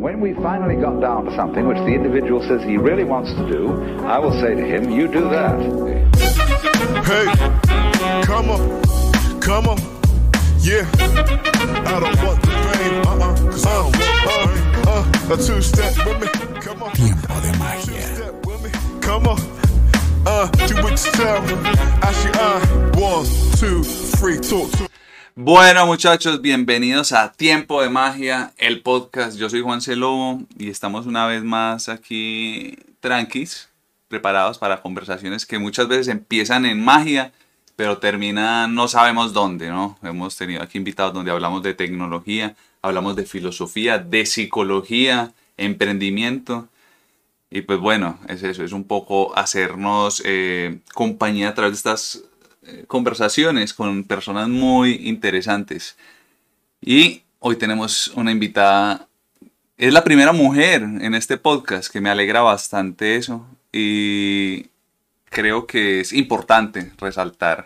When we finally got down to something which the individual says he really wants to do, I will say to him, you do that. Hey, come on, yeah. I don't want the pain, 'cause I don't want a two-step with me, come on. Tiempo de magia. Two-step with me, come on. Do what you tell me. Actually, 1, 2, 3, talk to. Bueno, muchachos, bienvenidos a Tiempo de Magia, el podcast. Yo soy Juan C. Lobo y estamos una vez más aquí tranquis, preparados para conversaciones que muchas veces empiezan en magia, pero terminan no sabemos dónde, ¿no? Hemos tenido aquí invitados donde hablamos de tecnología, hablamos de filosofía, de psicología, emprendimiento. Y pues bueno, es eso, es un poco hacernos compañía a través de estas conversaciones con personas muy interesantes. Y hoy tenemos una invitada, es la primera mujer en este podcast, que me alegra bastante eso. Y creo que es importante resaltar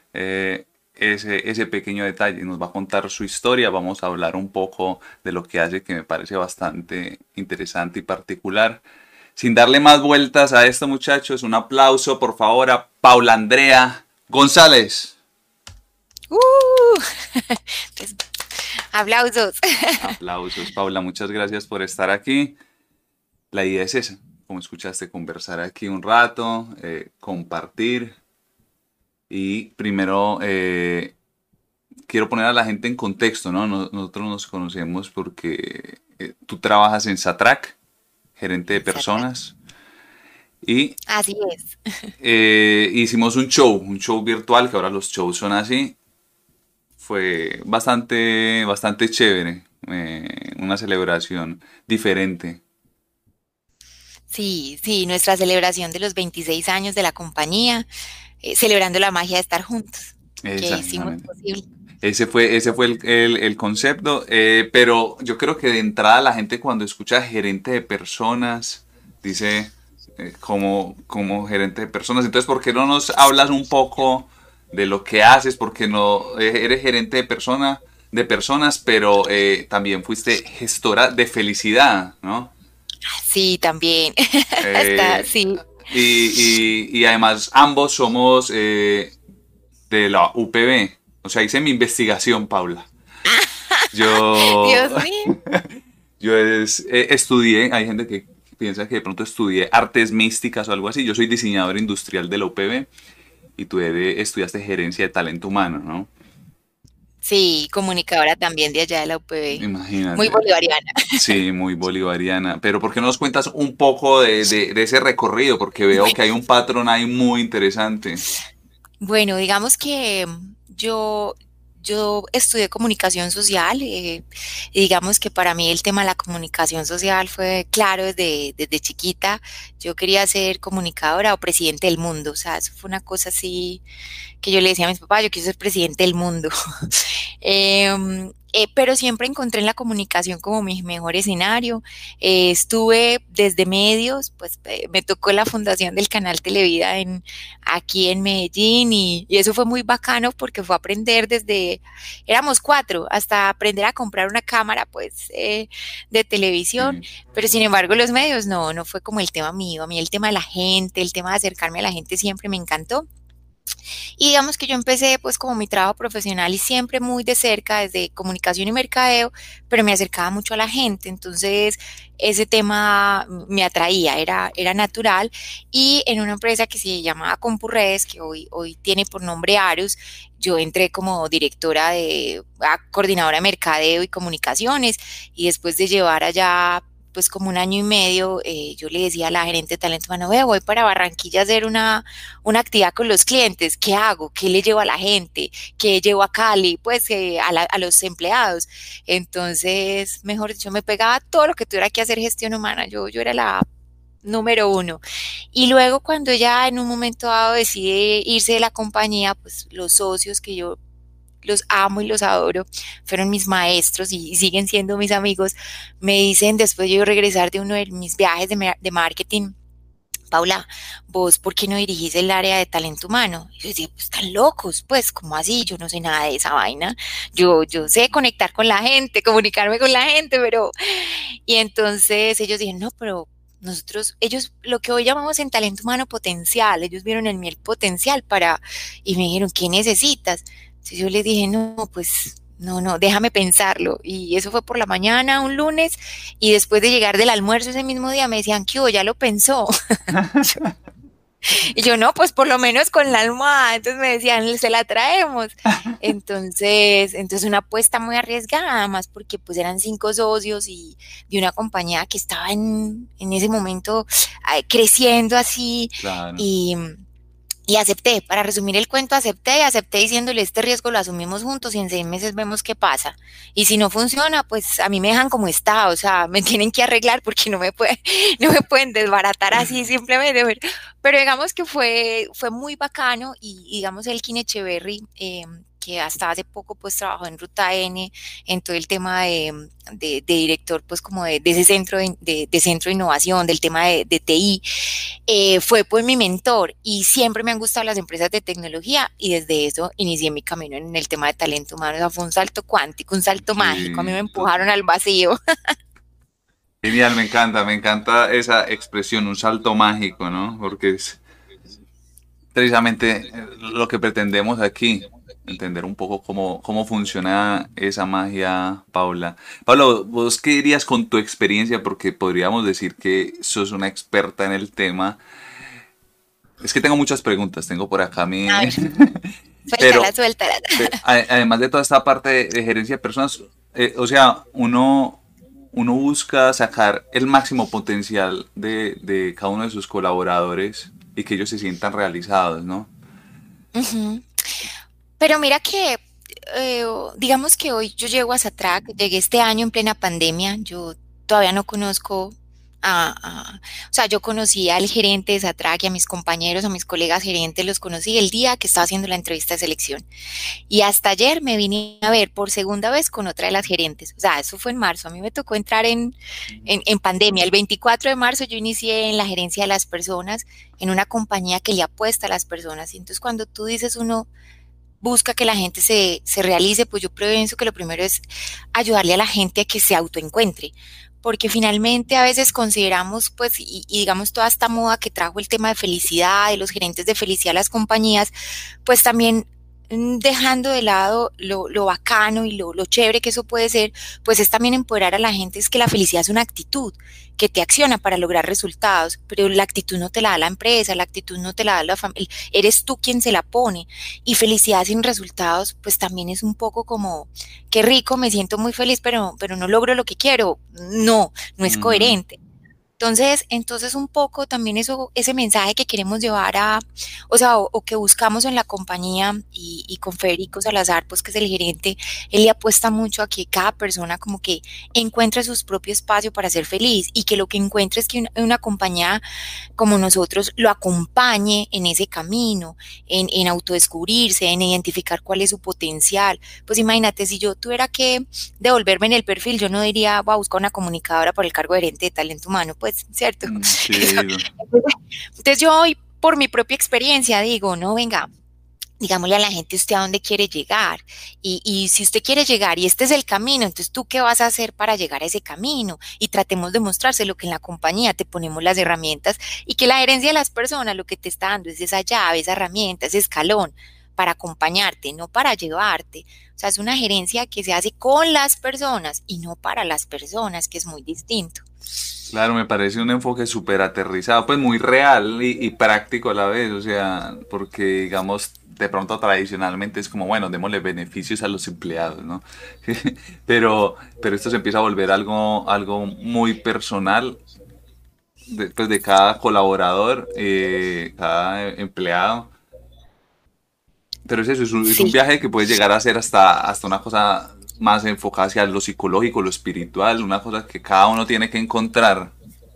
ese pequeño detalle. Nos va a contar su historia, vamos a hablar un poco de lo que hace, que me parece bastante interesante y particular. Sin darle más vueltas a esto, muchachos, un aplauso por favor a Paula Andrea González. Pues, aplausos. Aplausos, Paula, muchas gracias por estar aquí. La idea es esa, como escuchaste, conversar aquí un rato, compartir. Y primero quiero poner a la gente en contexto, ¿no? Nosotros nos conocemos porque tú trabajas en Satrac, gerente de personas. Y así es. Hicimos un show virtual, que ahora los shows son así. Fue bastante chévere, una celebración diferente. Sí, nuestra celebración de los 26 años de la compañía, celebrando la magia de estar juntos, que hicimos posible. Ese fue el concepto, pero yo creo que de entrada la gente cuando escucha gerente de personas dice como gerente de personas. Entonces, ¿por qué no nos hablas un poco de lo que haces? Porque no eres gerente de personas, pero también fuiste gestora de felicidad, ¿no? Sí, también. Sí. Y además ambos somos de la UPB. O sea, hice mi investigación, Paula. Dios mío. Yo estudié, hay gente que piensa que de pronto estudié artes místicas o algo así. Yo soy diseñador industrial de la UPB y tú estudiaste gerencia de talento humano, ¿no? Sí, comunicadora también de allá de la UPB. Imagínate. Muy bolivariana. Sí, muy bolivariana. Pero ¿por qué no nos cuentas un poco de ese recorrido? Porque veo que hay un patrón ahí muy interesante. Bueno, digamos que yo estudié comunicación social, y digamos que para mí el tema de la comunicación social fue claro desde chiquita. Yo quería ser comunicadora o presidente del mundo, o sea, eso fue una cosa así que yo le decía a mis papás, yo quiero ser presidente del mundo. Pero siempre encontré en la comunicación como mi mejor escenario. Estuve desde medios, pues me tocó la fundación del canal Televida aquí en Medellín y eso fue muy bacano porque fue aprender éramos 4, hasta aprender a comprar una cámara pues de televisión, pero sin embargo los medios no fue como el tema mío. A mí el tema de la gente, el tema de acercarme a la gente siempre me encantó. Y digamos que yo empecé pues como mi trabajo profesional y siempre muy de cerca desde comunicación y mercadeo, pero me acercaba mucho a la gente, entonces ese tema me atraía, era natural. Y en una empresa que se llamaba CompuRedes, que hoy tiene por nombre Arus, yo entré como directora coordinadora de mercadeo y comunicaciones, y después de llevar allá pues como 1 año y medio, yo le decía a la gerente de talento humano, voy para Barranquilla a hacer una actividad con los clientes, ¿qué hago? ¿Qué le llevo a la gente? ¿Qué llevo a Cali? Pues a los empleados. Entonces, mejor dicho, me pegaba todo lo que tuviera que hacer gestión humana, yo era la número 1. Y luego cuando ella en un momento dado decide irse de la compañía, pues los socios que yo los amo y los adoro, fueron mis maestros y siguen siendo mis amigos, me dicen después de yo regresar de uno de mis viajes de marketing, Paula, ¿vos por qué no dirigís el área de talento humano? Y yo decía, pues están locos, pues, ¿cómo así? Yo no sé nada de esa vaina. Yo sé conectar con la gente, comunicarme con la gente, pero... Y entonces ellos dijeron, no, pero nosotros, ellos, lo que hoy llamamos en talento humano potencial, ellos vieron en mí el potencial y me dijeron, ¿qué necesitas? Entonces yo les dije, no, pues, no, déjame pensarlo. Y eso fue por la mañana, un lunes, y después de llegar del almuerzo ese mismo día me decían, ¿qué hubo? Ya lo pensó. Y yo, no, pues por lo menos con la almohada. Entonces me decían, se la traemos. Entonces una apuesta muy arriesgada, más porque pues eran 5 socios y de una compañía que estaba en ese momento creciendo así. Claro. Y acepté, para resumir el cuento, acepté diciéndole, este riesgo lo asumimos juntos y en 6 meses vemos qué pasa. Y si no funciona, pues a mí me dejan como está, o sea, me tienen que arreglar porque no me pueden desbaratar así simplemente. Pero digamos que fue muy bacano y digamos Elkin Echeverry, que hasta hace poco pues trabajó en Ruta N, en todo el tema de director pues como de ese centro de centro de innovación, del tema de TI, fue pues mi mentor y siempre me han gustado las empresas de tecnología y desde eso inicié mi camino en el tema de talento humano. O sea, fue un salto cuántico, un salto mágico, a mí me empujaron al vacío. Genial, me encanta esa expresión, un salto mágico, ¿no? Porque es precisamente lo que pretendemos aquí, entender un poco cómo funciona esa magia, Paula. Pablo, ¿vos qué dirías con tu experiencia? Porque podríamos decir que sos una experta en el tema. Es que tengo muchas preguntas, tengo por acá mi... A ver, Pero suéltala. además de toda esta parte de gerencia de personas, o sea, uno busca sacar el máximo potencial de cada uno de sus colaboradores y que ellos se sientan realizados, ¿no? Ujú. Pero mira que, digamos que hoy yo llego a Satrac, llegué este año en plena pandemia, yo todavía no conozco o sea, yo conocí al gerente de Satrac y a mis compañeros, a mis colegas gerentes, los conocí el día que estaba haciendo la entrevista de selección. Y hasta ayer me vine a ver por segunda vez con otra de las gerentes. O sea, eso fue en marzo. A mí me tocó entrar en pandemia. El 24 de marzo yo inicié en la gerencia de las personas, en una compañía que le apuesta a las personas. Y entonces cuando tú dices uno busca que la gente se realice, pues yo pienso que lo primero es ayudarle a la gente a que se autoencuentre, porque finalmente a veces consideramos, pues, y digamos toda esta moda que trajo el tema de felicidad, de los gerentes de felicidad a las compañías, pues también dejando de lado lo bacano y lo chévere que eso puede ser, pues es también empoderar a la gente, es que la felicidad es una actitud que te acciona para lograr resultados, pero la actitud no te la da la empresa, la actitud no te la da la familia, eres tú quien se la pone, y felicidad sin resultados, pues también es un poco como, qué rico, me siento muy feliz, pero no logro lo que quiero, no es Ujú. coherente. Entonces un poco también ese mensaje que queremos llevar o sea, o que buscamos en la compañía y con Federico Salazar, pues que es el gerente, él le apuesta mucho a que cada persona como que encuentre su propio espacio para ser feliz y que lo que encuentre es que una compañía como nosotros lo acompañe en ese camino, en autodescubrirse, en identificar cuál es su potencial. Pues imagínate, si yo tuviera que devolverme en el perfil, yo no diría, voy a buscar una comunicadora para el cargo de gerente de talento humano, pues, ¿cierto? Sí, Entonces yo hoy, por mi propia experiencia, digo, no, venga, digámosle a la gente usted a dónde quiere llegar y si usted quiere llegar y este es el camino, entonces tú qué vas a hacer para llegar a ese camino y tratemos de mostrárselo que en la compañía te ponemos las herramientas y que la gerencia de las personas lo que te está dando es esa llave, esa herramienta, ese escalón para acompañarte, no para llevarte. O sea, es una gerencia que se hace con las personas y no para las personas, que es muy distinto. claro, me parece un enfoque súper aterrizado, pues muy real y práctico a la vez, o sea, porque digamos, de pronto tradicionalmente es como, bueno, démosle beneficios a los empleados, ¿no? Pero esto se empieza a volver algo muy personal pues, de cada colaborador, cada empleado. Pero es eso, es un Sí. viaje que puede llegar a ser hasta una cosa más enfocada hacia lo psicológico, lo espiritual, una cosa que cada uno tiene que encontrar.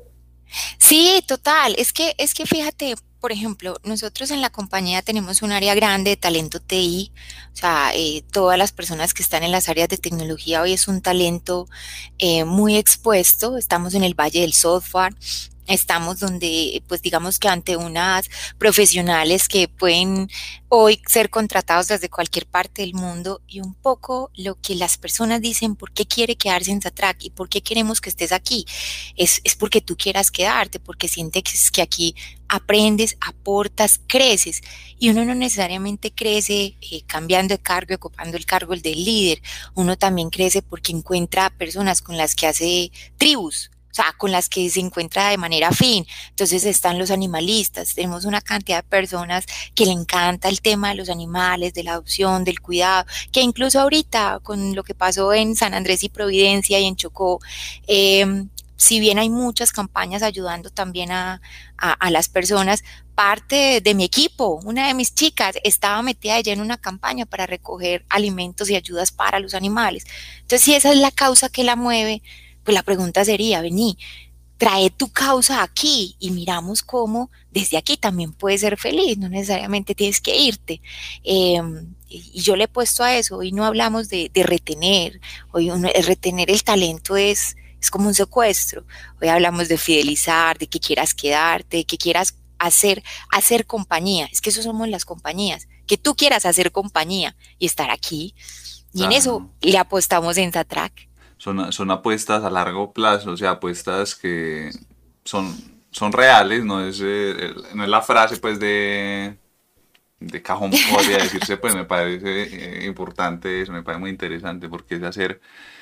Sí, total. Es que fíjate, por ejemplo, nosotros en la compañía tenemos un área grande de talento TI, o sea, todas las personas que están en las áreas de tecnología hoy es un talento muy expuesto. Estamos en el Valle del Software, estamos donde, pues digamos que ante unas profesionales que pueden hoy ser contratados desde cualquier parte del mundo y un poco lo que las personas dicen, ¿por qué quiere quedarse en Satrac y por qué queremos que estés aquí? Es porque tú quieras quedarte, porque sientes que aquí aprendes, aportas, creces y uno no necesariamente crece cambiando de cargo, ocupando el cargo el del líder, uno también crece porque encuentra personas con las que hace tribus, o sea, con las que se encuentra de manera afín. Entonces están los animalistas, tenemos una cantidad de personas que le encanta el tema de los animales, de la adopción, del cuidado, que incluso ahorita con lo que pasó en San Andrés y Providencia y en Chocó, si bien hay muchas campañas ayudando también a las personas, parte de mi equipo, una de mis chicas, estaba metida ya en una campaña para recoger alimentos y ayudas para los animales. Entonces, si esa es la causa que la mueve, pues la pregunta sería, vení, trae tu causa aquí y miramos cómo desde aquí también puedes ser feliz, no necesariamente tienes que irte. Y yo le he puesto a eso, hoy no hablamos de retener, retener el talento es como un secuestro, hoy hablamos de fidelizar, de que quieras quedarte, de que quieras hacer compañía, es que eso somos las compañías, que tú quieras hacer compañía y estar aquí, y en eso Claro. le apostamos en Satrac. Son apuestas a largo plazo, o sea, apuestas que son reales, no es la frase pues de cajón, podría decirse, pues me parece importante eso, me parece muy interesante, porque es hacer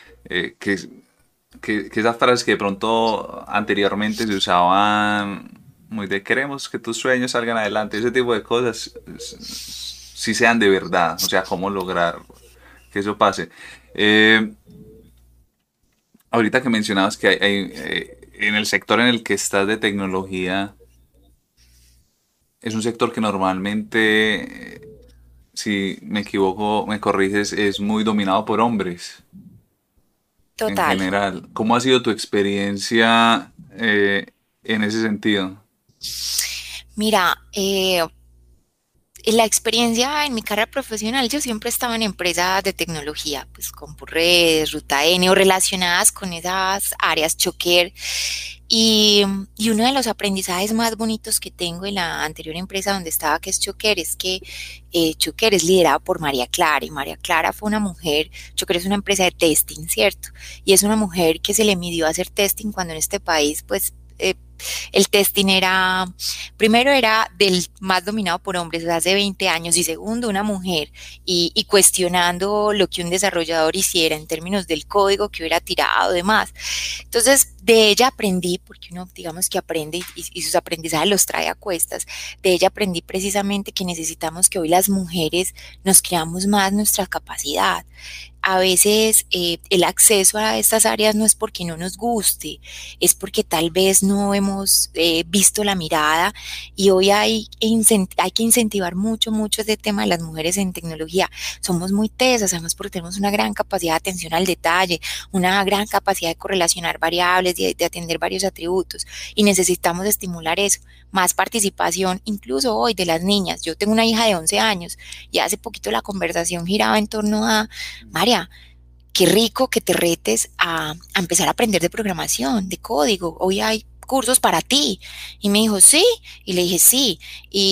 que esas frases que de pronto anteriormente se usaban muy de queremos que tus sueños salgan adelante, ese tipo de cosas, si sean de verdad, o sea, cómo lograr que eso pase. Eh, Ahorita que mencionabas que en el sector en el que estás de tecnología, es un sector que normalmente, si me equivoco, me corriges, es muy dominado por hombres en Total. general. ¿Cómo ha sido tu experiencia en ese sentido? Mira, la experiencia en mi carrera profesional, yo siempre estaba en empresas de tecnología, pues con redes, Ruta N o relacionadas con esas áreas, Choker. Y uno de los aprendizajes más bonitos que tengo en la anterior empresa donde estaba, que es Choker, es que Choker es liderada por María Clara y María Clara fue una mujer, Choker es una empresa de testing, ¿cierto? Y es una mujer que se le midió a hacer testing cuando en este país, pues, el testing era, primero era del más dominado por hombres desde hace 20 años y segundo una mujer y cuestionando lo que un desarrollador hiciera en términos del código que hubiera tirado, demás. Entonces, de ella aprendí, porque uno digamos que aprende y sus aprendizajes los trae a cuestas, de ella aprendí precisamente que necesitamos que hoy las mujeres nos creamos más nuestra capacidad. A veces el acceso a estas áreas no es porque no nos guste, es porque tal vez no hemos visto la mirada y hoy hay que incentivar mucho, mucho ese tema de las mujeres en tecnología. Somos muy tesas, además porque tenemos una gran capacidad de atención al detalle, una gran capacidad de correlacionar variables, de atender varios atributos y necesitamos estimular eso, más participación, incluso hoy de las niñas. Yo tengo una hija de 11 años y hace poquito la conversación giraba en torno a María, qué rico que te retes a empezar a aprender de programación, de código. Hoy hay cursos para ti. Y me dijo, sí. Y le dije, sí.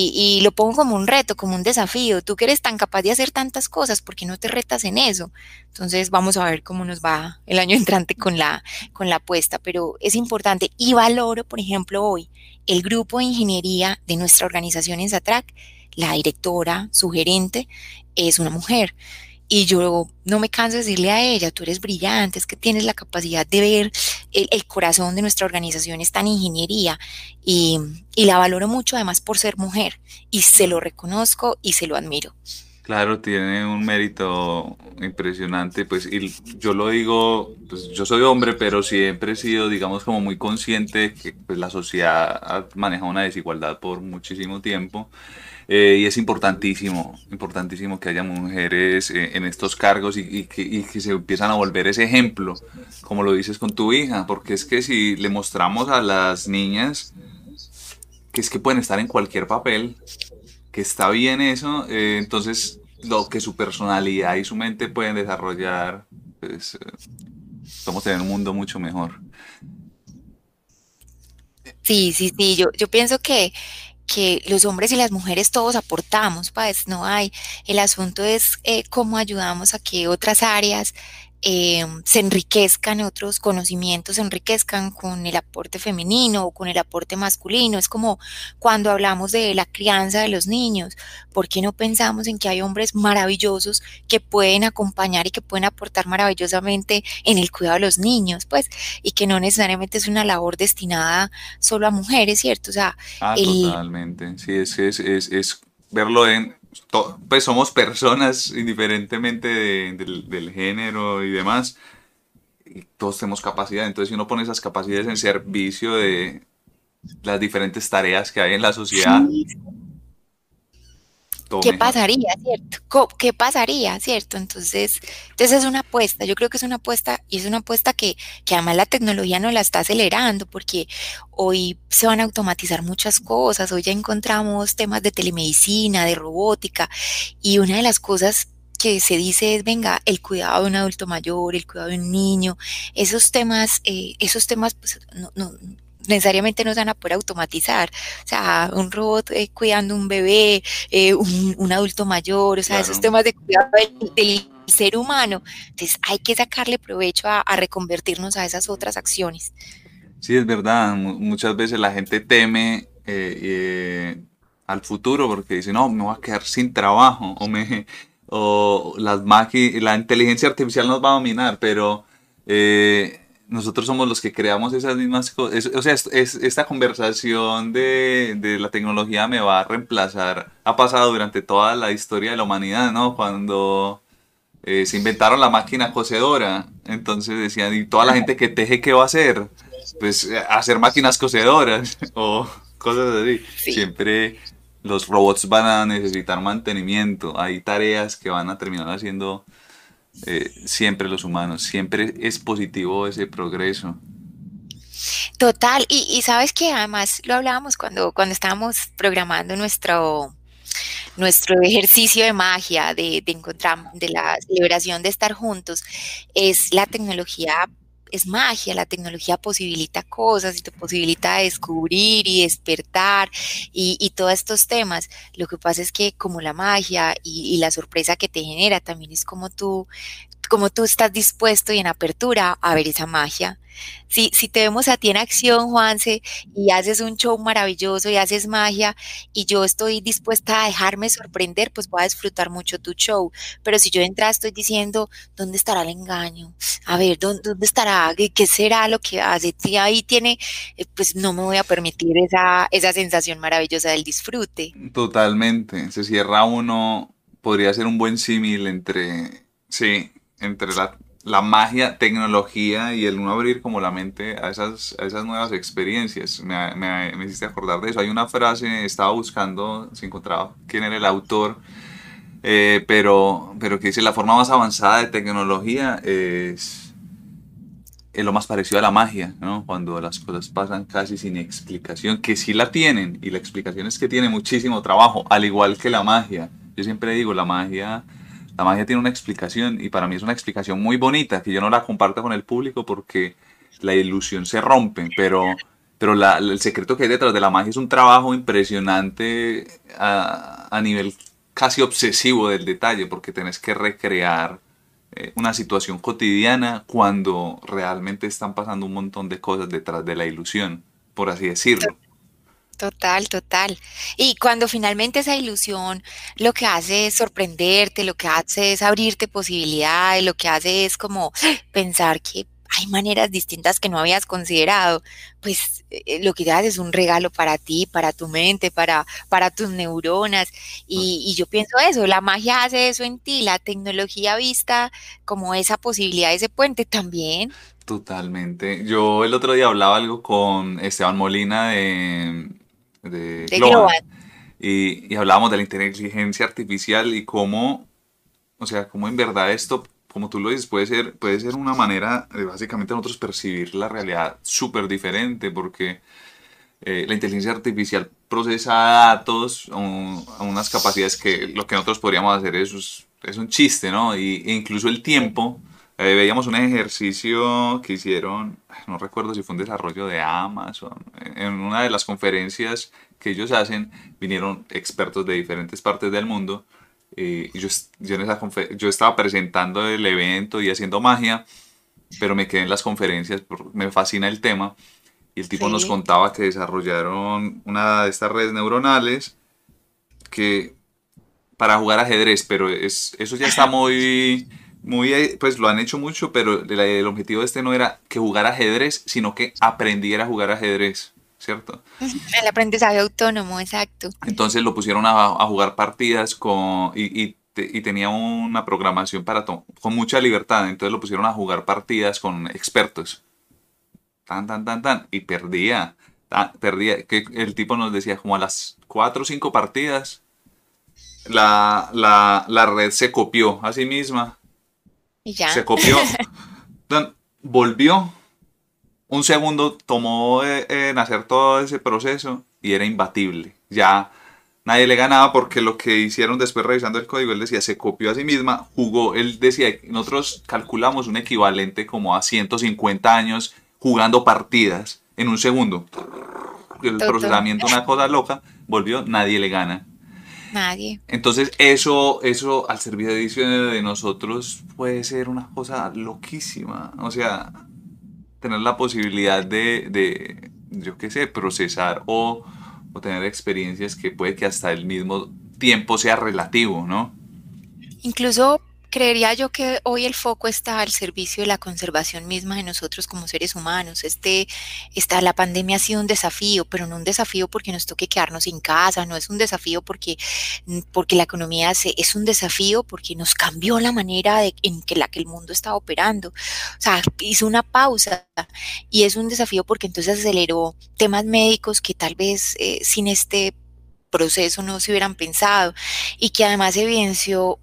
Y lo pongo como un reto, como un desafío. Tú que eres tan capaz de hacer tantas cosas, ¿por qué no te retas en eso? Entonces vamos a ver cómo nos va el año entrante con la apuesta. Pero es importante. Y valoro, por ejemplo, hoy el grupo de ingeniería de nuestra organización en Satrac, la directora, su gerente, es una mujer. Y yo no me canso de decirle a ella, tú eres brillante, es que tienes la capacidad de ver el corazón de nuestra organización está en ingeniería y, y la valoro mucho además por ser mujer y se lo reconozco y se lo admiro. Claro, tiene un mérito impresionante, pues, y yo lo digo, pues yo soy hombre, pero siempre he sido, digamos, como muy consciente de que pues, la sociedad ha manejado una desigualdad por muchísimo tiempo, y es importantísimo, importantísimo que haya mujeres en estos cargos y que se empiezan a volver ese ejemplo, como lo dices con tu hija, porque es que si le mostramos a las niñas que es que pueden estar en cualquier papel, que está bien eso, entonces lo que su personalidad y su mente pueden desarrollar, pues vamos a tener un mundo mucho mejor. Sí, sí, sí, yo pienso que los hombres y las mujeres todos aportamos, pues no hay. El asunto es cómo ayudamos a que otras áreas se enriquezcan, otros conocimientos se enriquezcan con el aporte femenino o con el aporte masculino. Es como cuando hablamos de la crianza de los niños. ¿Por qué no pensamos en que hay hombres maravillosos que pueden acompañar y que pueden aportar maravillosamente en el cuidado de los niños? Pues, y que no necesariamente es una labor destinada solo a mujeres, ¿cierto? O sea, Ah, el totalmente. Sí, es verlo pues somos personas indiferentemente del género y demás, y todos tenemos capacidad. Entonces, si uno pone esas capacidades en servicio de las diferentes tareas que hay en la sociedad, sí, todo ¿qué mejor. pasaría, cierto? ¿Qué pasaría, cierto? Entonces es una apuesta, yo creo que es una apuesta y es una apuesta que además la tecnología nos la está acelerando porque hoy se van a automatizar muchas cosas, hoy ya encontramos temas de telemedicina, de robótica y una de las cosas que se dice es, venga, el cuidado de un adulto mayor, el cuidado de un niño, esos temas pues, no necesariamente no se van a poder automatizar. O sea, un robot cuidando un bebé, un adulto mayor, o sea, esos Claro. temas de cuidado del ser humano. Entonces hay que sacarle provecho a reconvertirnos a esas otras acciones. Sí, es verdad. Muchas veces la gente teme al futuro porque dice, no, me voy a quedar sin trabajo o la inteligencia artificial nos va a dominar, pero nosotros somos los que creamos esas mismas cosas. O sea, esta conversación de la tecnología me va a reemplazar. Ha pasado durante toda la historia de la humanidad, ¿no? Cuando se inventaron la máquina cocedora. Entonces decían, ¿y toda la gente que teje qué va a hacer? Pues hacer máquinas cocedoras o cosas así. Sí. Siempre los robots van a necesitar mantenimiento. Hay tareas que van a terminar haciendo siempre los humanos. Siempre es positivo ese progreso. Total, y sabes que además lo hablábamos cuando estábamos programando nuestro ejercicio de magia, de encontrar, de la celebración de estar juntos, es la tecnología, es magia, la tecnología posibilita cosas y te posibilita descubrir y despertar y todos estos temas. Lo que pasa es que como la magia y la sorpresa que te genera también es como tú estás dispuesto y en apertura a ver esa magia. Si te vemos a ti en acción, Juanse, y haces un show maravilloso y haces magia, y yo estoy dispuesta a dejarme sorprender, pues voy a disfrutar mucho tu show. Pero si yo de entrada estoy diciendo, ¿dónde estará el engaño? A ver, ¿dónde estará? ¿Qué será lo que hace? Si ahí tiene, pues no me voy a permitir esa sensación maravillosa del disfrute. Totalmente. Se cierra uno, podría ser un buen símil sí, entre la magia, tecnología y el uno abrir como la mente a esas nuevas experiencias. Me hiciste acordar de eso. Hay una frase, estaba buscando, si encontraba quién era el autor, pero que dice, la forma más avanzada de tecnología es lo más parecido a la magia, ¿no? Cuando las cosas pasan casi sin explicación, que sí la tienen, y la explicación es que tiene muchísimo trabajo, al igual que la magia. Yo siempre digo, la magia tiene una explicación, y para mí es una explicación muy bonita, que yo no la comparto con el público porque la ilusión se rompe, pero el secreto que hay detrás de la magia es un trabajo impresionante a nivel casi obsesivo del detalle, porque tenés que recrear una situación cotidiana cuando realmente están pasando un montón de cosas detrás de la ilusión, por así decirlo. Total, total. Y cuando finalmente esa ilusión lo que hace es sorprenderte, lo que hace es abrirte posibilidades, lo que hace es como pensar que hay maneras distintas que no habías considerado, pues lo que te hace es un regalo para ti, para tu mente, para tus neuronas. Y yo pienso eso, la magia hace eso en ti, la tecnología vista como esa posibilidad, ese puente también. Totalmente. Yo el otro día hablaba algo con Esteban Molina de De Globan global. y hablábamos de la inteligencia artificial y cómo, o sea, cómo en verdad esto, como tú lo dices, puede ser una manera de básicamente nosotros percibir la realidad súper diferente porque la inteligencia artificial procesa datos a unas capacidades que lo que nosotros podríamos hacer es un chiste, ¿no? E incluso el tiempo Veíamos un ejercicio que hicieron, no recuerdo si fue un desarrollo de Amazon, en una de las conferencias que ellos hacen, vinieron expertos de diferentes partes del mundo, y yo estaba presentando el evento y haciendo magia, pero me quedé en las conferencias, me fascina el tema, y el tipo nos Sí, contaba que desarrollaron una de estas redes neuronales que para jugar ajedrez, pero eso ya está pues lo han hecho mucho, pero el objetivo de este no era que jugara ajedrez, sino que aprendiera a jugar ajedrez, ¿cierto? el aprendizaje autónomo, exacto. Entonces lo pusieron a jugar partidas y tenía una programación con mucha libertad, entonces lo pusieron a jugar partidas con expertos, tan, tan, tan, tan, y perdía, que el tipo nos decía como a las 4 o 5 partidas, la red se copió a sí misma, Y se ya, copió, volvió, un segundo tomó en hacer todo ese proceso y era imbatible. Ya nadie le ganaba porque lo que hicieron después revisando el código, él decía, se copió a sí misma, jugó, él decía, nosotros calculamos un equivalente como a 150 años jugando partidas en un segundo. El total, procesamiento, una cosa loca, volvió, nadie le gana. nadie. Entonces eso al servicio de nosotros puede ser una cosa loquísima. O sea, tener la posibilidad yo qué sé, procesar o tener experiencias que puede que hasta el mismo tiempo sea relativo, ¿no? Incluso creería yo que hoy el foco está al servicio de la conservación misma de nosotros como seres humanos. La pandemia ha sido un desafío, pero no un desafío porque nos toque quedarnos en casa, no es un desafío porque la economía es un desafío porque nos cambió la manera en que la que el mundo estaba operando. O sea, hizo una pausa y es un desafío porque entonces aceleró temas médicos que tal vez sin este proceso no se hubieran pensado y que además evidenció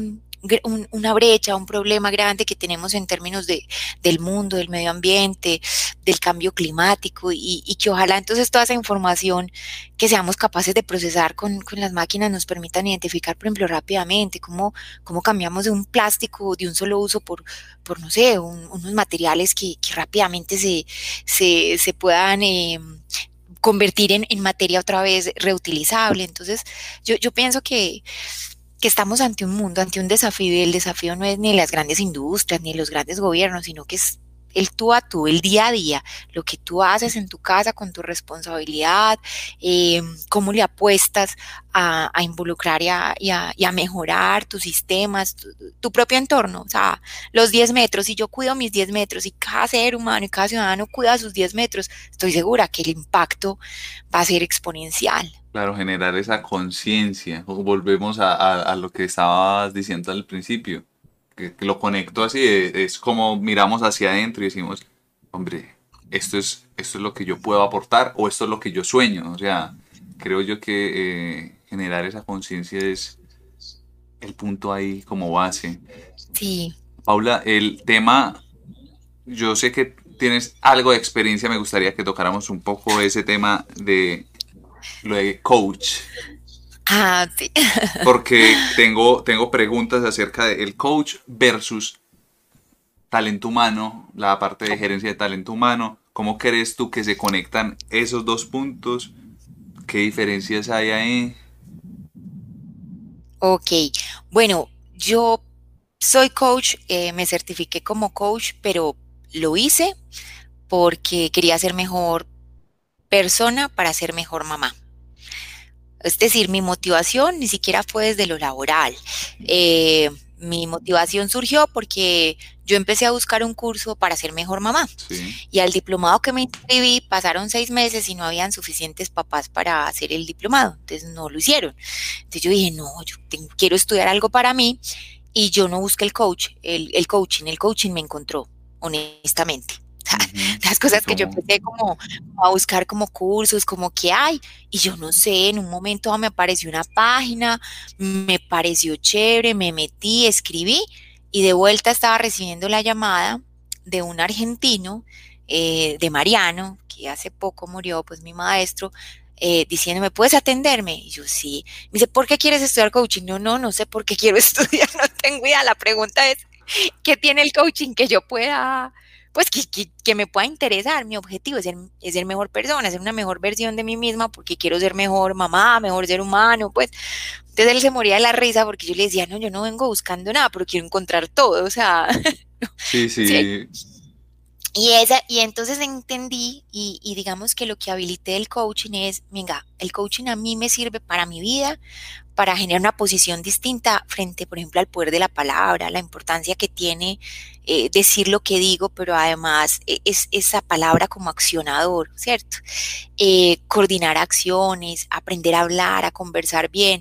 una brecha, un problema grande que tenemos en términos del mundo, del medio ambiente, del cambio climático y que ojalá entonces toda esa información que seamos capaces de procesar con las máquinas nos permitan identificar, por ejemplo, rápidamente cómo cambiamos de un plástico de un solo uso por no sé, unos materiales que rápidamente se puedan convertir en materia otra vez reutilizable. Entonces, yo pienso que estamos ante un mundo, ante un desafío, y el desafío no es ni las grandes industrias, ni los grandes gobiernos, sino que es el tú a tú, el día a día, lo que tú haces en tu casa con tu responsabilidad, cómo le apuestas a involucrar y a mejorar tus sistemas, tu propio entorno, o sea, los 10 metros, si yo cuido mis 10 metros y cada ser humano y cada ciudadano cuida sus 10 metros, estoy segura que el impacto va a ser exponencial. Claro, generar esa conciencia. Volvemos a lo que estabas diciendo al principio, que lo conecto así, es como miramos hacia adentro y decimos, hombre, esto es lo que yo puedo aportar o esto es lo que yo sueño. O sea, creo yo que generar esa conciencia es el punto ahí como base. Sí. Paula, el tema, yo sé que tienes algo de experiencia, me gustaría que tocáramos un poco ese tema de lo de coach, Ah, sí. porque tengo preguntas acerca del coach versus talento humano, la parte de gerencia de talento humano. ¿Cómo crees tú que se conectan esos dos puntos? ¿Qué diferencias hay ahí? Ok, bueno, yo soy coach, me certifiqué como coach, pero lo hice porque quería ser mejor persona para ser mejor mamá. Es decir, mi motivación ni siquiera fue desde lo laboral. Mi motivación surgió porque yo empecé a buscar un curso para ser mejor mamá. Sí, Y al diplomado que me inscribí pasaron 6 meses y no habían suficientes papás para hacer el diplomado. Entonces no lo hicieron. Entonces yo dije, no, quiero estudiar algo para mí y yo no busqué el coaching me encontró, honestamente. ujú. Las ¿Y cosas que yo cómo? empecé como a buscar como cursos, como que hay, y yo no sé, en un momento me apareció una página, me pareció chévere, me metí, escribí, y de vuelta estaba recibiendo la llamada de un argentino, de Mariano, que hace poco murió, pues mi maestro, diciéndome, ¿puedes atenderme? Y yo sí. Me dice, ¿por qué quieres estudiar coaching? No, no sé por qué quiero estudiar, no tengo idea. La pregunta es, ¿Qué tiene el coaching que yo pueda, pues que me pueda interesar? Mi objetivo es ser mejor persona, ser una mejor versión de mí misma porque quiero ser mejor mamá, mejor ser humano, pues. Entonces él se moría de la risa porque yo le decía, no, yo no vengo buscando nada, pero quiero encontrar todo, o sea, Sí, sí. sí. Y entonces entendí y digamos que lo que habilité del coaching es, venga, el coaching a mí me sirve para mi vida, para generar una posición distinta frente, por ejemplo, al poder de la palabra, la importancia que tiene decir lo que digo, pero además es esa palabra como accionador, ¿cierto? Coordinar acciones, aprender a hablar, a conversar bien.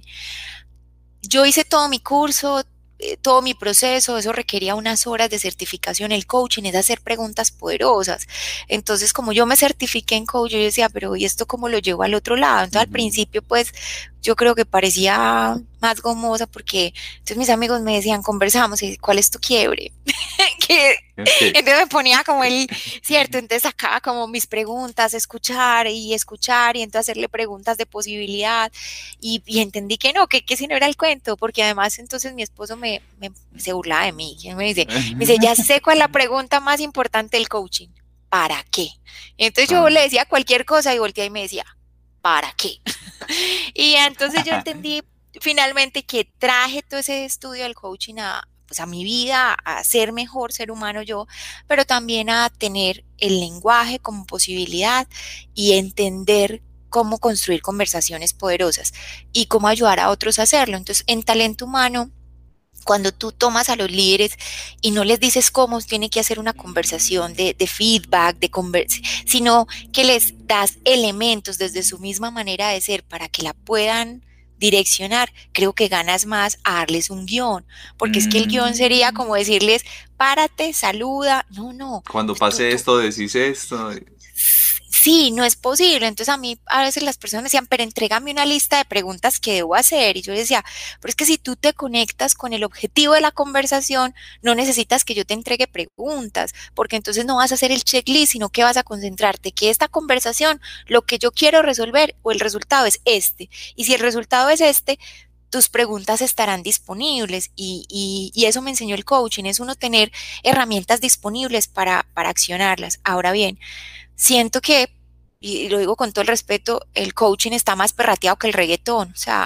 Yo hice todo mi curso, todo mi proceso, eso requería unas horas de certificación. El coaching es hacer preguntas poderosas. Entonces, como yo me certifiqué en coach, yo decía, pero ¿y esto cómo lo llevo al otro lado? Entonces, al principio, pues, yo creo que parecía más gomosa porque entonces mis amigos me decían, conversamos, y ¿cuál es tu quiebre? que, Ok. entonces me ponía como cierto, entonces sacaba como mis preguntas, escuchar y escuchar y entonces hacerle preguntas de posibilidad y entendí que no, que ese no era el cuento, porque además entonces mi esposo se burlaba de mí, y me dice, ya sé cuál es la pregunta más importante del coaching, ¿para qué? Entonces yo Ah, le decía cualquier cosa y volteaba y me decía, ¿para qué? Y entonces yo entendí finalmente que traje todo ese estudio del coaching pues a mi vida, a ser mejor ser humano yo, pero también a tener el lenguaje como posibilidad y entender cómo construir conversaciones poderosas y cómo ayudar a otros a hacerlo. Entonces, en talento humano, cuando tú tomas a los líderes y no les dices cómo tiene que hacer una conversación de feedback, sino que les das elementos desde su misma manera de ser para que la puedan direccionar, creo que ganas más a darles un guión, porque es que el guión sería mm, como decirles, párate, saluda, no, no, cuando tú, pase tú esto, decís esto. sí, no es posible. Entonces a mí a veces las personas me decían, pero entrégame una lista de preguntas que debo hacer. Y yo decía, pero es que si tú te conectas con el objetivo de la conversación, no necesitas que yo te entregue preguntas, porque entonces no vas a hacer el checklist, sino que vas a concentrarte que esta conversación, lo que yo quiero resolver o el resultado es este. Y si el resultado es este, tus preguntas estarán disponibles y eso me enseñó el coaching, es uno tener herramientas disponibles para accionarlas. Ahora bien, siento que, y lo digo con todo el respeto, el coaching está más perrateado que el reggaetón, o sea,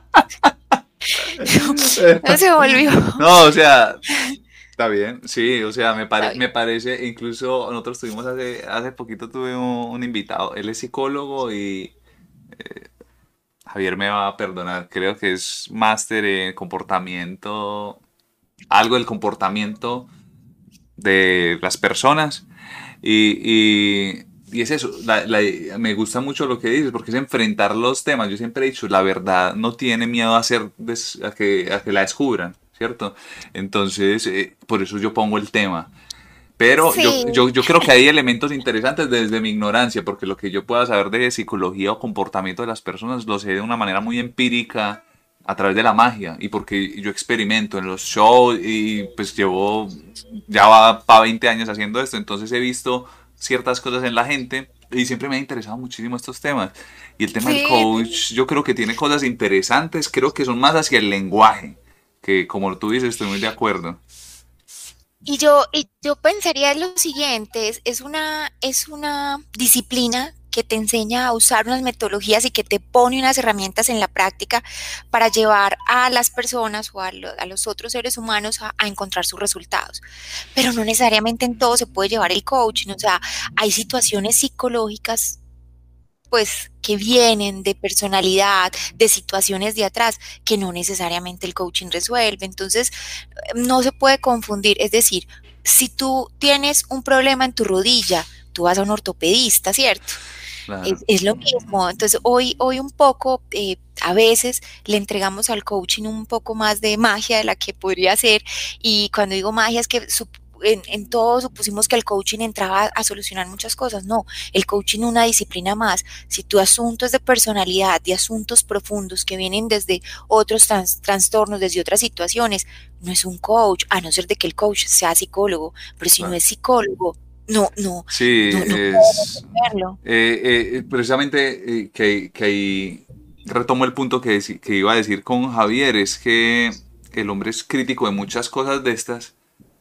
no se volvió. No, o sea, está bien, sí, o sea, me parece, incluso nosotros tuvimos hace poquito tuve un invitado, él es psicólogo y Javier me va a perdonar, creo que es máster en comportamiento, algo del comportamiento de las personas y es eso, me gusta mucho lo que dices porque es enfrentar los temas, yo siempre he dicho, la verdad no tiene miedo a que la descubran, ¿cierto? Entonces, por eso yo pongo el tema. Pero Sí, yo creo que hay elementos interesantes desde mi ignorancia, porque lo que yo pueda saber de psicología o comportamiento de las personas lo sé de una manera muy empírica a través de la magia y porque yo experimento en los shows y pues llevo, ya va para 20 años haciendo esto, entonces he visto ciertas cosas en la gente y siempre me ha interesado muchísimo estos temas. Y el tema del sí, coach yo creo que tiene cosas interesantes, creo que son más hacia el lenguaje, que como tú dices estoy muy de acuerdo. y yo pensaría lo siguiente, es una disciplina que te enseña a usar unas metodologías y que te pone unas herramientas en la práctica para llevar a las personas o a los otros seres humanos a encontrar sus resultados. Pero no necesariamente en todo se puede llevar el coaching, o sea, hay situaciones psicológicas pues que vienen de personalidad, de situaciones de atrás, que no necesariamente el coaching resuelve. Entonces, no se puede confundir. Es decir, si tú tienes un problema en tu rodilla, tú vas a un ortopedista, ¿cierto? Claro. Es lo mismo. Entonces, hoy un poco, a veces le entregamos al coaching un poco más de magia de la que podría ser. Y cuando digo magia es que en todo supusimos que el coaching entraba a solucionar muchas cosas. No, el coaching es una disciplina más. Si tu asunto es de personalidad, de asuntos profundos que vienen desde otros trastornos, desde otras situaciones, no es un coach, a no ser de que el coach sea psicólogo. Pero si no Claro. es psicólogo, no, no, Sí, no puedo es verlo. precisamente que ahí retomo el punto que iba a decir con Javier, es que el hombre es crítico de muchas cosas de estas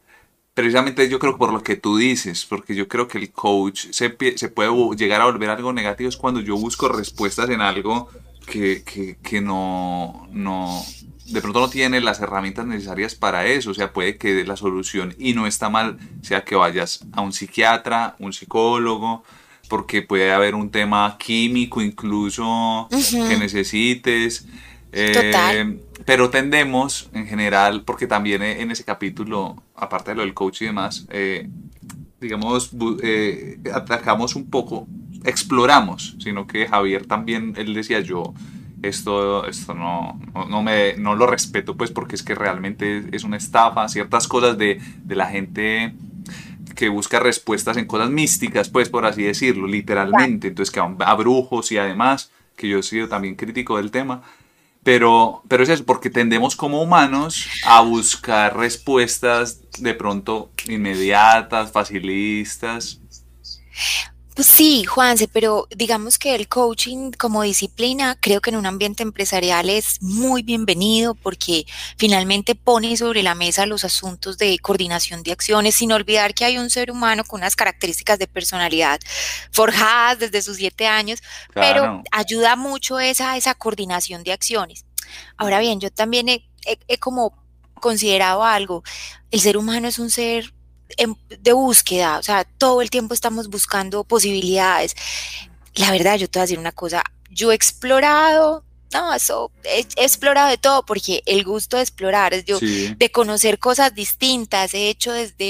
precisamente yo creo que por lo que tú dices, porque yo creo que el coach se puede llegar a volver algo negativo es cuando yo busco respuestas en algo que no, de pronto no tiene las herramientas necesarias para eso. O sea, puede que la solución, y no está mal, sea que vayas a un psiquiatra, un psicólogo, porque puede haber un tema químico incluso que Ujú, necesites. total. Pero tendemos en general, porque también en ese capítulo, aparte de lo del coach y demás, digamos, atacamos un poco, exploramos, sino que Javier también, él decía yo, esto no lo respeto, pues porque es que realmente es una estafa, ciertas cosas de la gente que busca respuestas en cosas místicas, pues por así decirlo, literalmente, entonces que van a brujos y además, que yo he sido también crítico del tema, pero es eso, porque tendemos como humanos a buscar respuestas de pronto inmediatas, facilistas. Pues sí, Juanse, pero digamos que el coaching como disciplina creo que en un ambiente empresarial es muy bienvenido porque finalmente pone sobre la mesa los asuntos de coordinación de acciones, sin olvidar que hay un ser humano con unas características de personalidad forjadas desde sus 7 años, pero Claro, ayuda mucho esa coordinación de acciones. Ahora bien, yo también he como considerado algo, el ser humano es un ser de búsqueda, o sea, todo el tiempo estamos buscando posibilidades. La verdad, yo te voy a decir una cosa, yo he explorado, no, eso, he explorado de todo porque el gusto de explorar, es yo, sí, de conocer cosas distintas, he hecho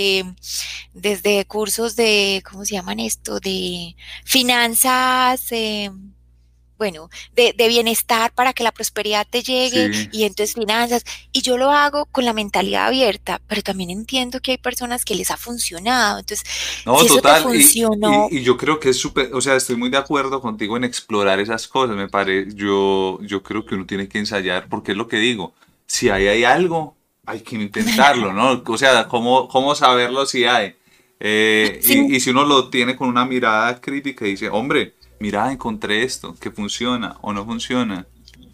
desde cursos de, ¿cómo se llaman esto? De finanzas, bueno, de bienestar para que la prosperidad te llegue sí. y entonces finanzas. Y yo lo hago con la mentalidad abierta, pero también entiendo que hay personas que les ha funcionado. Entonces, No, si eso te total, y, funcionó, y, y yo creo que es súper, o sea, estoy muy de acuerdo contigo en explorar esas cosas, yo creo que uno tiene que ensayar, porque es lo que digo, si hay algo, hay que intentarlo, ¿no? O sea, ¿cómo saberlo si hay? sí. Y si uno lo tiene con una mirada crítica y dice, hombre, mira, encontré esto, que funciona o no funciona.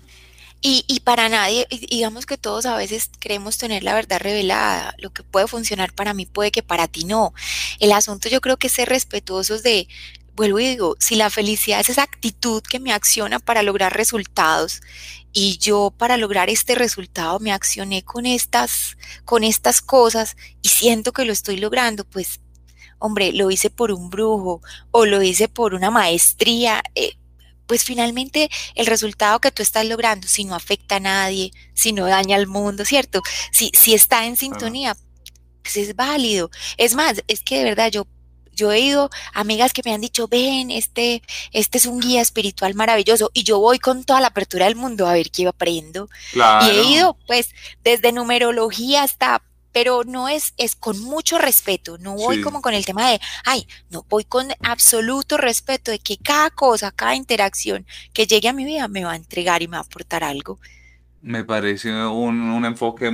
Y para nadie, digamos que todos a veces queremos tener la verdad revelada. Lo que puede funcionar para mí puede que para ti no. El asunto yo creo que es ser respetuosos de, vuelvo y digo, si la felicidad es esa actitud que me acciona para lograr resultados y yo para lograr este resultado me accioné con estas cosas y siento que lo estoy logrando, pues hombre, lo hice por un brujo o lo hice por una maestría, pues finalmente el resultado que tú estás logrando, si no afecta a nadie, si no daña al mundo, ¿cierto? Si está en Claro. sintonía, pues es válido. Es más, es que de verdad yo he ido amigas que me han dicho, ven, este es un guía espiritual maravilloso y yo voy con toda la apertura del mundo a ver qué aprendo. Y he Claro, ido pues desde numerología hasta, pero no es con mucho respeto, no voy sí. como con el tema de, ay, no, voy con absoluto respeto de que cada cosa, cada interacción que llegue a mi vida me va a entregar y me va a aportar algo. Me parece un enfoque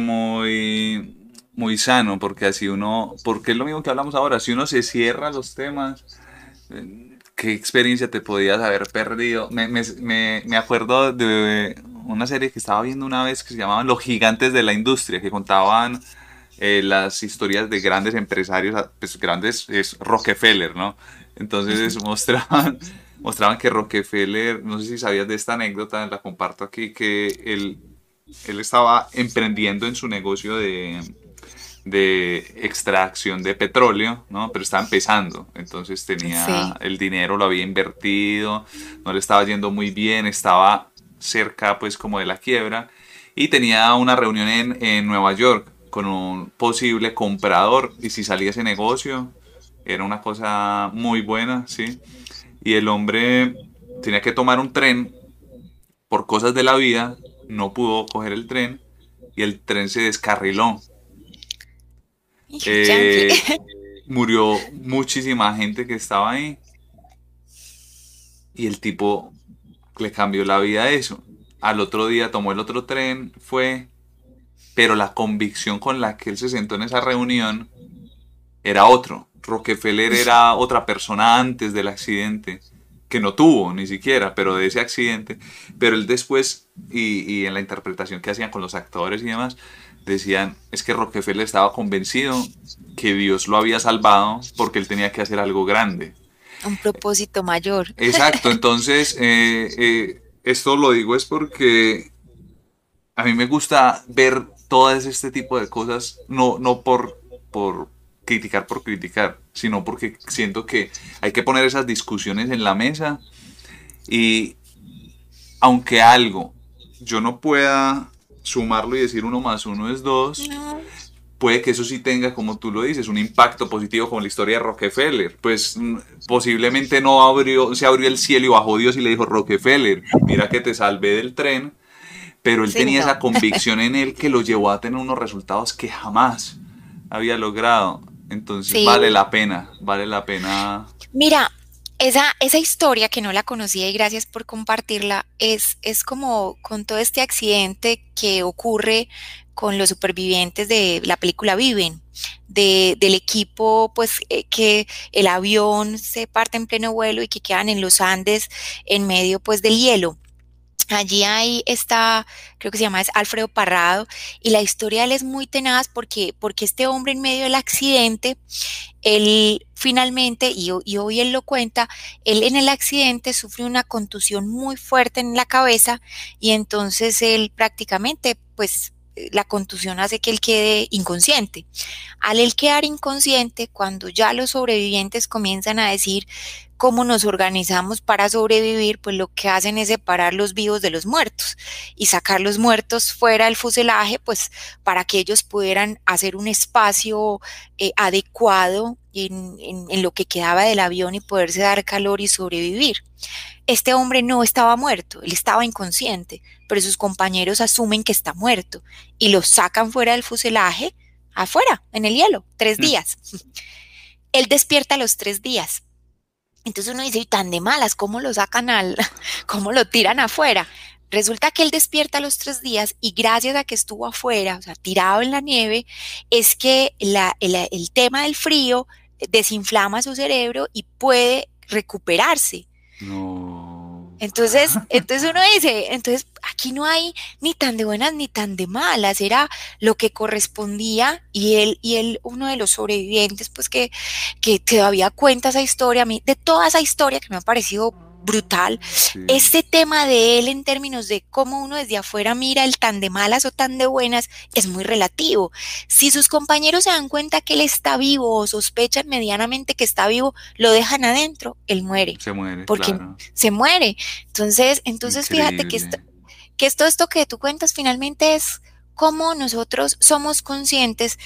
muy sano, porque así uno, porque es lo mismo que hablamos ahora, si uno se cierra a los temas, ¿qué experiencia te podías haber perdido? Me acuerdo de una serie que estaba viendo una vez que se llamaban Los Gigantes de la Industria, que contaban las historias de grandes empresarios, pues grandes es Rockefeller, ¿no? Entonces mostraban que Rockefeller, no sé si sabías de esta anécdota, la comparto aquí, que él estaba emprendiendo en su negocio de extracción de petróleo, ¿no? Pero estaba empezando, entonces tenía Sí, el dinero, lo había invertido, no le estaba yendo muy bien, estaba cerca pues como de la quiebra y tenía una reunión en Nueva York con un posible comprador y si salía ese negocio era una cosa muy buena, ¿sí? Y el hombre tenía que tomar un tren por cosas de la vida, no pudo coger el tren y el tren se descarriló. hijo, chanfle. Eh, Murió muchísima gente que estaba ahí y el tipo le cambió la vida a eso. Al otro día tomó el otro tren, fue, pero la convicción con la que él se sentó en esa reunión era otro. Rockefeller era otra persona antes del accidente, que no tuvo ni siquiera, pero de ese accidente. Pero él después, y en la interpretación que hacían con los actores y demás, decían, es que Rockefeller estaba convencido que Dios lo había salvado porque él tenía que hacer algo grande. Un propósito mayor. Exacto, entonces esto lo digo es porque a mí me gusta ver todas este tipo de cosas, no por criticar por criticar, sino porque siento que hay que poner esas discusiones en la mesa y aunque algo yo no pueda sumarlo y decir 1 más 1 es 2, No. puede que eso sí tenga, como tú lo dices, un impacto positivo como la historia de Rockefeller. Pues posiblemente se abrió el cielo y bajó Dios y le dijo, Rockefeller, mira que te salvé del tren, pero él Sí, tenía no. esa convicción en él que lo llevó a tener unos resultados que jamás había logrado. Entonces Sí. vale la pena. Mira, esa historia que no la conocía y gracias por compartirla, es como con todo este accidente que ocurre con los supervivientes de la película Viven, del equipo, pues que el avión se parte en pleno vuelo y que quedan en los Andes en medio pues del hielo. Allí hay está, creo que se llama es Alfredo Parrado, y la historia de él es muy tenaz porque este hombre en medio del accidente, él finalmente, y hoy él lo cuenta, él en el accidente sufrió una contusión muy fuerte en la cabeza y entonces él prácticamente, pues la contusión hace que él quede inconsciente. Al él quedar inconsciente, cuando ya los sobrevivientes comienzan a decir cómo nos organizamos para sobrevivir, pues lo que hacen es separar los vivos de los muertos y sacar los muertos fuera del fuselaje, pues para que ellos pudieran hacer un espacio adecuado en lo que quedaba del avión y poderse dar calor y sobrevivir. Este hombre no estaba muerto, él estaba inconsciente, pero sus compañeros asumen que está muerto y lo sacan fuera del fuselaje, afuera, en el hielo, 3 días. Él despierta a los 3 días. Entonces uno dice, y tan de malas, ¿cómo lo sacan cómo lo tiran afuera? Resulta que él despierta a los 3 días y gracias a que estuvo afuera, o sea, tirado en la nieve, es que el tema del frío desinflama su cerebro y puede recuperarse. No. Entonces uno dice, entonces aquí no hay ni tan de buenas ni tan de malas, era lo que correspondía y él uno de los sobrevivientes, pues que todavía cuenta esa historia, a mí, de toda esa historia que me ha parecido brutal, Sí. este tema de él en términos de cómo uno desde afuera mira el tan de malas o tan de buenas es muy relativo. Si sus compañeros se dan cuenta que él está vivo o sospechan medianamente que está vivo, lo dejan adentro, él muere. Se muere, Porque claro. se muere. Entonces fíjate Increíble. que todo esto que tú cuentas finalmente es cómo nosotros somos conscientes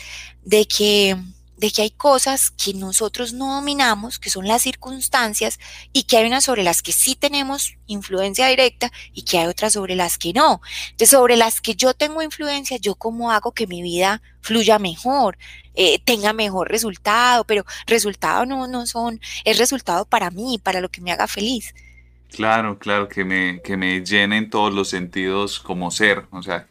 de que hay cosas que nosotros no dominamos, que son las circunstancias, y que hay unas sobre las que sí tenemos influencia directa y que hay otras sobre las que no. Entonces, sobre las que yo tengo influencia, yo cómo hago que mi vida fluya mejor, tenga mejor resultado, pero resultado es resultado para mí, para lo que me haga feliz. Claro, que me llene en todos los sentidos como ser, o sea,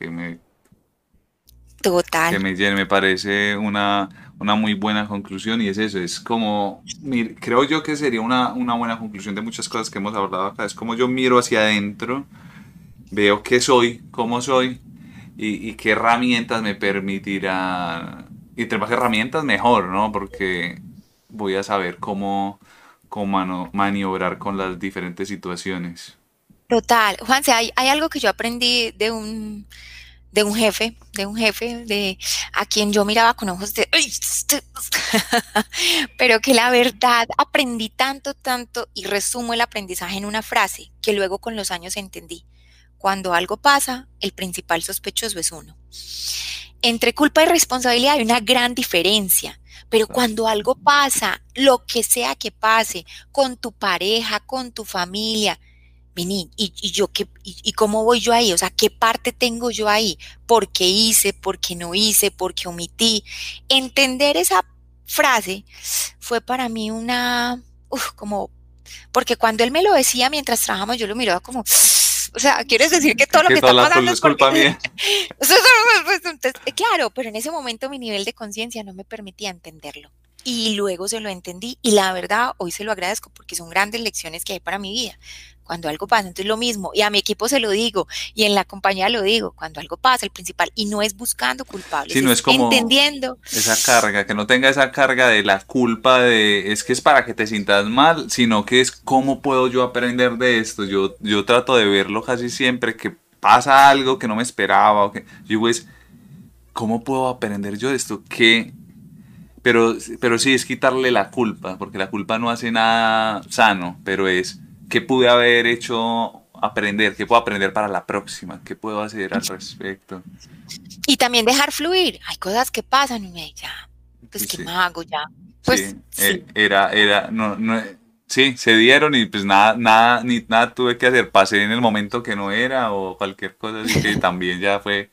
que Total. me llene, me parece una muy buena conclusión y es eso, es como, creo yo que sería una buena conclusión de muchas cosas que hemos hablado acá, es como yo miro hacia adentro, veo qué soy, cómo soy y qué herramientas me permitirán, y entre más herramientas mejor, ¿no? Porque voy a saber cómo maniobrar con las diferentes situaciones. Total. Juanse, hay algo que yo aprendí de un jefe a quien yo miraba con ojos de "Ay, pero que la verdad aprendí tanto, tanto y resumo el aprendizaje en una frase que luego con los años entendí. Cuando algo pasa, el principal sospechoso es uno. Entre culpa y responsabilidad hay una gran diferencia, pero cuando algo pasa, lo que sea que pase, con tu pareja, con tu familia, vení, y cómo voy yo ahí, o sea, qué parte tengo yo ahí, por qué hice, por qué no hice, por qué omití. Entender esa frase fue para mí como, porque cuando él me lo decía mientras trabajamos, yo lo miraba como, o sea, ¿quieres decir que todo lo Que que toda está la pasando culpa es es culpa porque... mía. Entonces, claro, pero en ese momento mi nivel de conciencia no me permitía entenderlo. Y luego se lo entendí y la verdad hoy se lo agradezco porque son grandes lecciones que hay para mi vida. cuando algo pasa. Entonces lo mismo, y a mi equipo se lo digo, y en la compañía lo digo, cuando algo pasa, el principal, y no es buscando culpables, Sí, no es es como entendiendo. esa carga, que no tenga esa carga de la culpa de es que es para que te sientas mal, sino que es cómo puedo yo aprender de esto. Yo trato de verlo casi siempre que pasa algo que no me esperaba, o que yo digo es, ¿cómo puedo aprender yo de esto? ¿Qué? Pero sí es quitarle la culpa, porque la culpa no hace nada sano, pero es qué pude haber hecho aprender, qué puedo aprender para la próxima, qué puedo hacer al respecto. Y también dejar fluir, hay cosas que pasan y me ya, pues Sí, qué sí, más hago ya, pues sí, sí. sí, se dieron y pues ni nada tuve que hacer, pasé en el momento que no era o cualquier cosa, así que también ya fue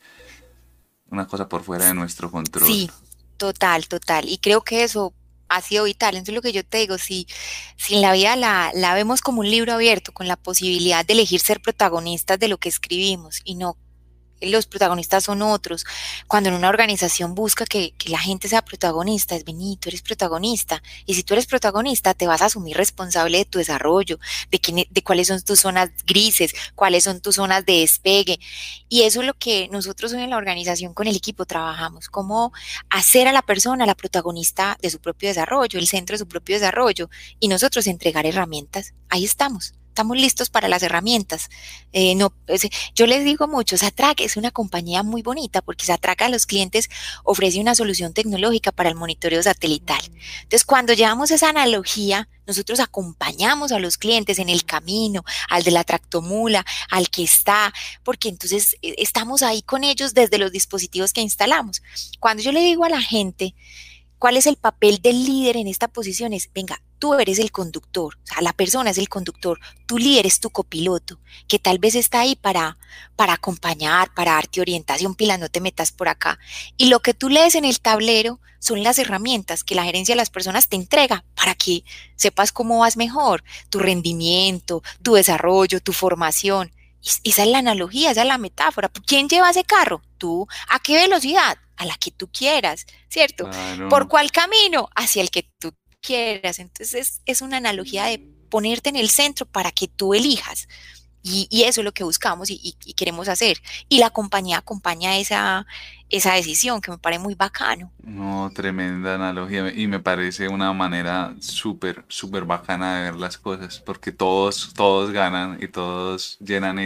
una cosa por fuera de nuestro control. Sí, total, total. Y creo que eso ha sido vital. Entonces lo que yo te digo, si en la vida la vemos como un libro abierto, con la posibilidad de elegir ser protagonistas de lo que escribimos y no los protagonistas son otros. Cuando en una organización busca que la gente sea protagonista, es vení, tú eres protagonista. Y si tú eres protagonista, te vas a asumir responsable de tu desarrollo, de cuáles son tus zonas grises, cuáles son tus zonas de despegue. Y eso es lo que nosotros hoy en la organización con el equipo trabajamos, cómo hacer a la persona la protagonista de su propio desarrollo, el centro de su propio desarrollo, y nosotros entregar herramientas. Ahí estamos. Estamos listos para las herramientas. No, yo les digo mucho, Satrac es una compañía muy bonita porque Satrac a los clientes ofrece una solución tecnológica para el monitoreo satelital. Entonces, cuando llevamos esa analogía, nosotros acompañamos a los clientes en el camino, al de la tractomula, al que está, porque entonces estamos ahí con ellos desde los dispositivos que instalamos. Cuando yo le digo a la gente, ¿cuál es el papel del líder en esta posición? Es, venga, tú eres el conductor, o sea, la persona es el conductor, tu líder es tu copiloto, que tal vez está ahí para acompañar, para darte orientación, pila, no te metas por acá. Y lo que tú lees en el tablero son las herramientas que la gerencia de las personas te entrega para que sepas cómo vas mejor, tu rendimiento, tu desarrollo, tu formación. Esa es la analogía, esa es la metáfora. ¿Quién lleva ese carro? Tú. ¿A qué velocidad? A la que tú quieras, ¿cierto? ¿Por Claro. cuál camino? Hacia el que tú quieras. Entonces es una analogía de ponerte en el centro para que tú elijas. Y eso es lo que buscamos y queremos hacer. Y la compañía acompaña esa decisión, que me parece muy bacano. No, tremenda analogía y me parece una manera súper, súper bacana de ver las cosas, porque todos ganan y todos llenan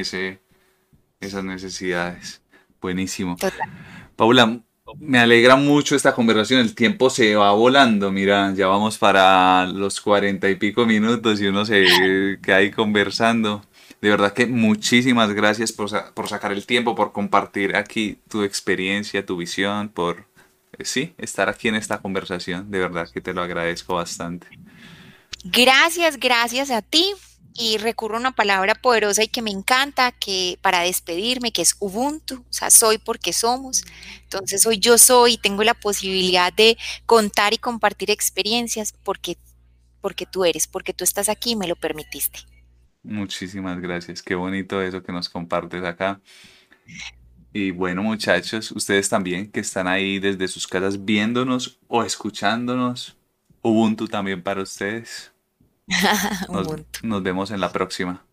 esas necesidades. Buenísimo. Total. Paula, me alegra mucho esta conversación, el tiempo se va volando, mira, ya vamos para los 40 y pico minutos y uno se queda ahí conversando. De verdad que muchísimas gracias por sacar el tiempo, por compartir aquí tu experiencia, tu visión, por, sí, estar aquí en esta conversación. De verdad que te lo agradezco bastante. Gracias, gracias a ti. Y recurro a una palabra poderosa y que me encanta, que para despedirme, que es Ubuntu, o sea, soy porque somos. Entonces, hoy yo soy y tengo la posibilidad de contar y compartir experiencias porque tú eres, porque tú estás aquí y me lo permitiste. Muchísimas gracias. Qué bonito eso que nos compartes acá. Y bueno, muchachos, ustedes también que están ahí desde sus casas viéndonos o escuchándonos. Ubuntu también para ustedes. Nos, Ubuntu. nos vemos en la próxima.